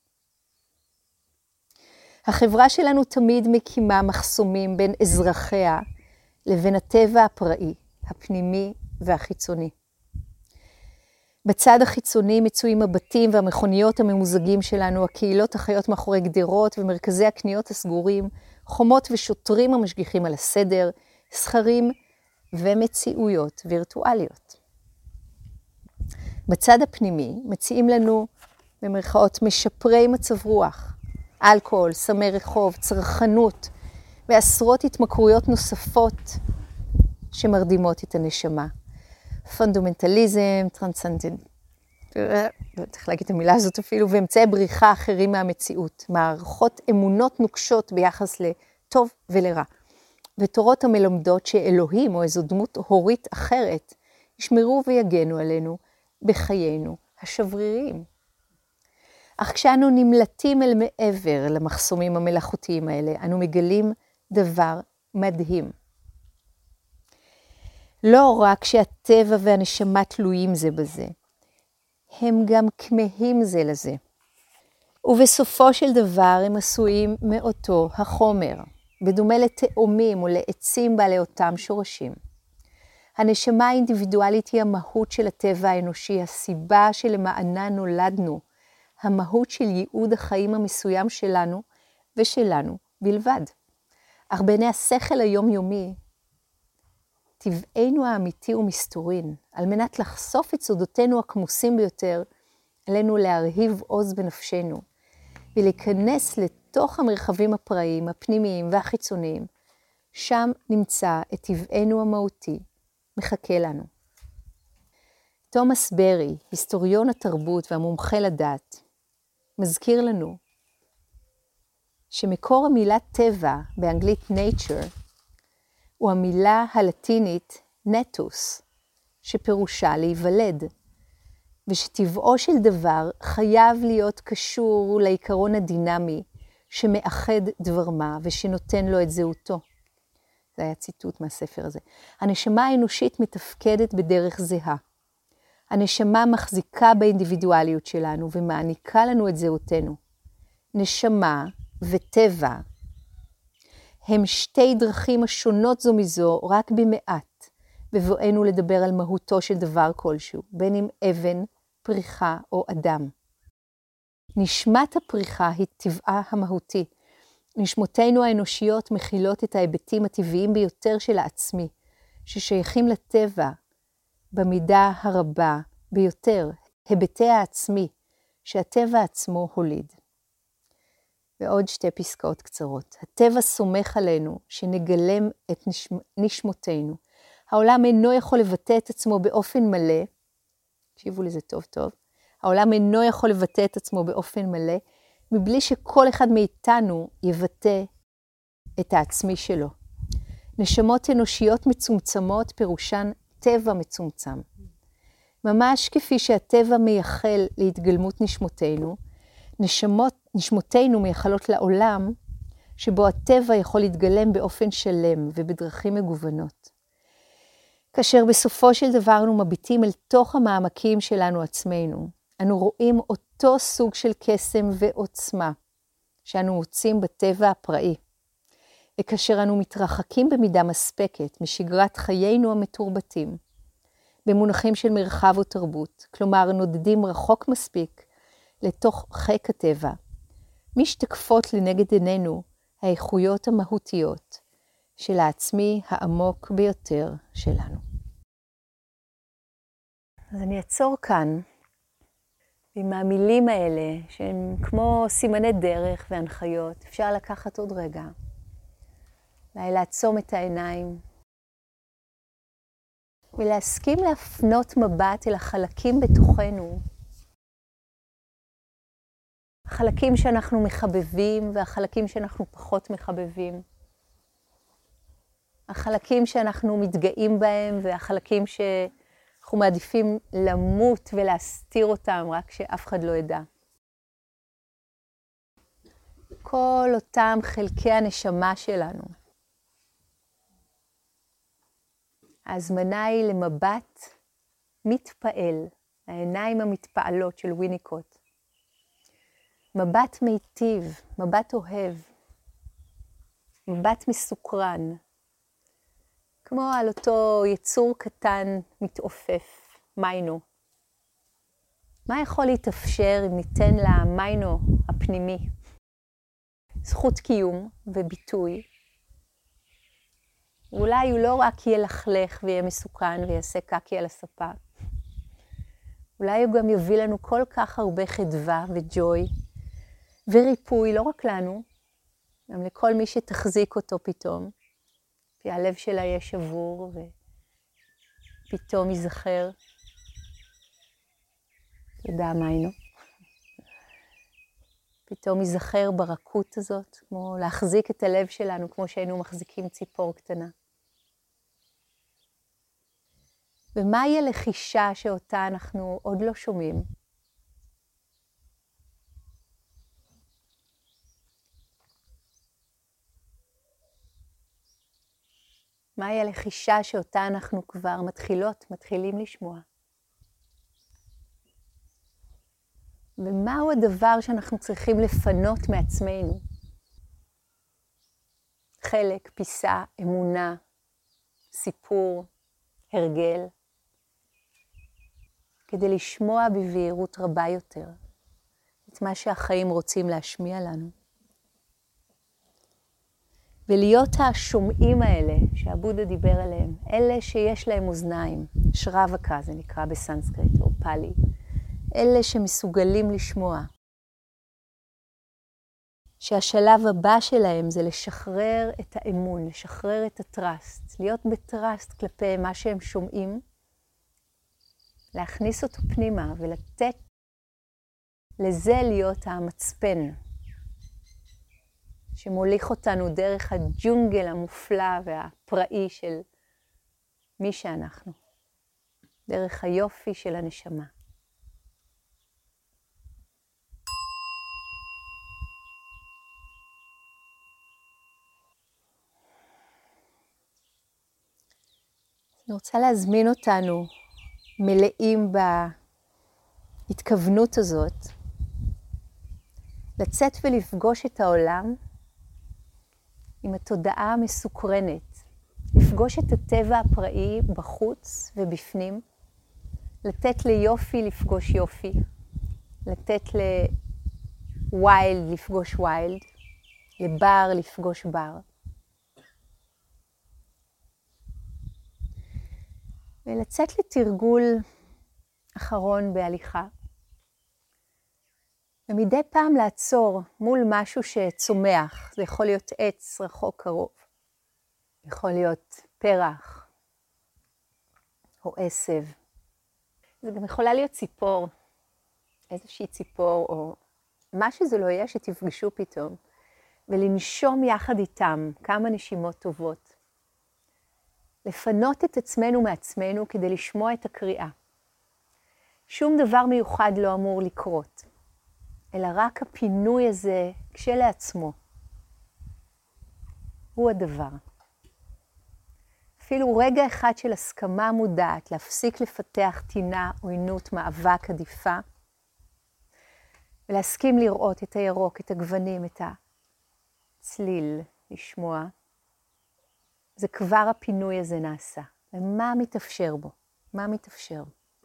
החברה שלנו תמיד מקימה מחסומים בין אזרחיה לבין הטבע הפראי, הפנימי והחיצוני. בצד החיצוני מצויים הבתים והמכוניות הממוזגים שלנו, הקהילות החיות מאחורי גדרות ומרכזי הקניות הסגורים, חומות ושוטרים המשגיחים על הסדר, סחרים ומציאויות וירטואליות. בצד הפנימי מציעים לנו במרכאות משפרי מצב רוח, אלכוהול, סמי רחוב, צרכנות ועשרות התמכרויות נוספות שמרדימות את הנשמה. פונדומנטליזם, טרנסצנדנט, לא צריך להגיד את המילה הזאת אפילו, ואמצעי בריחה אחרים מהמציאות, מערכות אמונות נוקשות ביחס לטוב ולרע, ותורות המלמדות שאלוהים או איזו דמות הורית אחרת ישמרו ויגנו עלינו בחיינו השבריריים. אך כשאנו נמלטים אל מעבר למחסומים המלאכותיים האלה, אנו מגלים דבר מדהים. לא רק שהטבע והנשמה תלויים זה בזה, הם גם כמהים זה לזה. ובסופו של דבר הם עשויים מאותו החומר, בדומה לתאומים או לעצים בעלי אותם שורשים. הנשמה האינדיבידואלית היא המהות של הטבע האנושי, הסיבה שלמענה נולדנו, המהות של ייעוד החיים המסוים שלנו ושלנו בלבד. אך בעיני השכל היומיומי, טבענו האמיתי הוא מסתורין. על מנת לחשוף את סודותינו הכמוסים ביותר, עלינו להרהיב עוז בנפשנו, ולהיכנס לתוך המרחבים הפראיים, הפנימיים והחיצוניים. שם נמצא את טבענו המהותי, מחכה לנו. תומאס ברי, היסטוריון התרבות והמומחה לדת, מזכיר לנו שמקור המילה טבע באנגלית nature הוא המילה הלטינית natus, שפירושה להיוולד, ושטבעו של דבר חייב להיות קשור לעיקרון הדינמי שמאחד דבר מה ושנותן לו את זהותו. זה היה ציטוט מהספר הזה. הנשמה האנושית מתפקדת בדרך זהה. הנשמה מחזיקה באינדיבידואליות שלנו ומעניקה לנו את זהותנו. נשמה וטבע הם שתי דרכים השונות זו מזו רק במעט, בבואנו לדבר על מהותו של דבר כלשהו, בין אם אבן, פריחה או אדם. נשמת הפריחה היא טבעה המהותי. נשמותינו האנושיות מכילות את ההיבטים הטבעיים ביותר של העצמי, ששייכים לטבע במידה הרבה ביותר, היבטי העצמי, שהטבע עצמו הוליד. ועוד שתי פסקאות קצרות. הטבע סומך עלינו שנגלם את נשמ... נשמותינו. העולם אינו יכול לבטא את עצמו באופן מלא, תקשיבו לזה טוב טוב, העולם אינו יכול לבטא את עצמו באופן מלא, מבלי שכל אחד מאיתנו יבטא את העצמי שלו. נשמות אנושיות מצומצמות פירושן טבע מצומצם. ממש כפי שהטבע מייחל להתגלמות נשמותינו, נשמות, נשמותינו מייחלות לעולם, שבו הטבע יכול להתגלם באופן שלם ובדרכים מגוונות. כאשר בסופו של דבר אנו מביטים אל תוך המעמקים שלנו עצמנו, אנו רואים אותו סוג של קסם ועוצמה שאנו מוצאים בטבע הפראי. וכאשר אנו מתרחקים במידה מספקת משגרת חיינו המתורבתים, במונחים של מרחב ותרבות, כלומר נודדים רחוק מספיק לתוך חיק הטבע, משתקפות לנגד עינינו האיכויות המהותיות של העצמי העמוק ביותר שלנו. אז אני אעצור כאן עם המילים האלה, שהן כמו סימני דרך והנחיות. אפשר לקחת עוד רגע, אולי לעצום את העיניים, ולהסכים להפנות מבט אל החלקים בתוכנו, החלקים שאנחנו מחבבים והחלקים שאנחנו פחות מחבבים, החלקים שאנחנו מתגאים בהם והחלקים שאנחנו מעדיפים למות ולהסתיר אותם רק שאף אחד לא ידע. כל אותם חלקי הנשמה שלנו, ההזמנה היא למבט מתפעל, העיניים המתפעלות של ויניקוט. מבט מיטיב, מבט אוהב, מבט מסוקרן, כמו על אותו יצור קטן מתעופף, מיינו. מה יכול להתאפשר אם ניתן למיינו הפנימי זכות קיום וביטוי? אולי הוא לא רק ילכלך ויהיה מסוכן ויעשה קקי על הספה. אולי הוא גם יביא לנו כל כך הרבה חדווה וג'וי וריפוי, לא רק לנו, גם לכל מי שתחזיק אותו פתאום. כי הלב שלה יהיה שבור ופתאום ייזכר. תודה מיינו. פתאום ייזכר ברכות הזאת, כמו להחזיק את הלב שלנו, כמו שהיינו מחזיקים ציפור קטנה. ומהי הלחישה שאותה אנחנו עוד לא שומעים? מהי הלחישה שאותה אנחנו כבר מתחילות, מתחילים לשמוע? ומהו הדבר שאנחנו צריכים לפנות מעצמנו? חלק, פיסה, אמונה, סיפור, הרגל, כדי לשמוע בבהירות רבה יותר את מה שהחיים רוצים להשמיע לנו. ולהיות השומעים האלה שהבודה דיבר עליהם, אלה שיש להם אוזניים, שראבקה זה נקרא בסנסקריט או פאלי, אלה שמסוגלים לשמוע. שהשלב הבא שלהם זה לשחרר את האמון, לשחרר את הטרסט, להיות בטרסט כלפי מה שהם שומעים, להכניס אותו פנימה ולתת לזה להיות המצפן, שמוליך אותנו דרך הג'ונגל המופלא והפראי של מי שאנחנו, דרך היופי של הנשמה. אני רוצה להזמין אותנו מלאים בהתכוונות הזאת, לצאת ולפגוש את העולם עם התודעה המסוקרנת, לפגוש את הטבע הפראי בחוץ ובפנים, לתת ליופי לפגוש יופי, לתת לוויילד לפגוש וויילד, לבר לפגוש בר. ולצאת לתרגול אחרון בהליכה. ומדי פעם לעצור מול משהו שצומח. זה יכול להיות עץ רחוק קרוב. יכול להיות פרח או עשב. זה גם יכולה להיות ציפור, איזושהי ציפור או מה שזה לא יהיה שתפגשו פתאום. ולנשום יחד איתם כמה נשימות טובות. לפנות את עצמנו מעצמנו כדי לשמוע את הקריאה. שום דבר מיוחד לא אמור לקרות, אלא רק הפינוי הזה כשלעצמו. הוא הדבר. אפילו רגע אחד של הסכמה מודעת, להפסיק לפתח טינה, עוינות, מאבק, עדיפה, ולהסכים לראות את הירוק, את הגוונים, את הצליל, לשמוע, זה כבר הפינוי הזה נעשה. ומה מתאפשר בו? מה מתאפשר?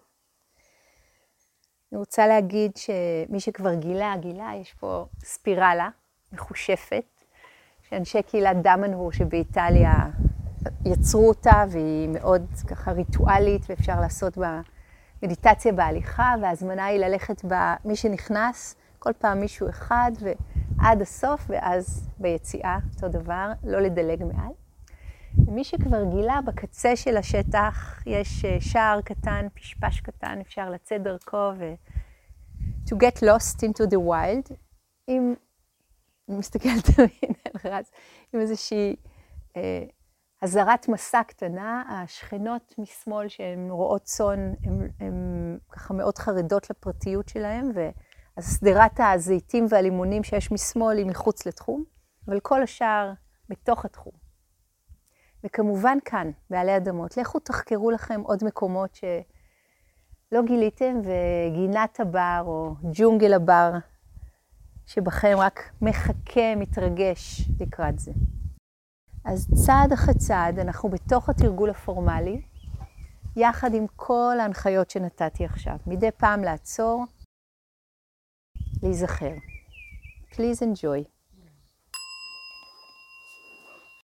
אני רוצה להגיד שמי שכבר גילה, גילה, יש פה ספירלה מחושפת, שאנשי קהילת דמנהור שבאיטליה יצרו אותה, והיא מאוד ככה ריטואלית, ואפשר לעשות בה מדיטציה בהליכה, וההזמנה היא ללכת בה, מי שנכנס, כל פעם מישהו אחד, ועד הסוף, ואז ביציאה, אותו דבר, לא לדלג מעל. ומי שכבר גילה, בקצה של השטח יש שער קטן, פשפש קטן, אפשר לצאת דרכו ו... to get lost into the wild, עם, אני מסתכלת על רז, עם איזושהי אה, הזרת מסע קטנה, השכנות משמאל שהן רואות צאן, הן ככה מאוד חרדות לפרטיות שלהן, והסדרת הזיתים והלימונים שיש משמאל היא מחוץ לתחום, אבל כל השאר בתוך התחום. וכמובן כאן, בעלי אדמות, לכו תחקרו לכם עוד מקומות שלא גיליתם, וגינת הבר או ג'ונגל הבר, שבכם רק מחכה, מתרגש לקראת זה. אז צעד אחרי צעד, אנחנו בתוך התרגול הפורמלי, יחד עם כל ההנחיות שנתתי עכשיו. מדי פעם לעצור, להיזכר. Please enjoy.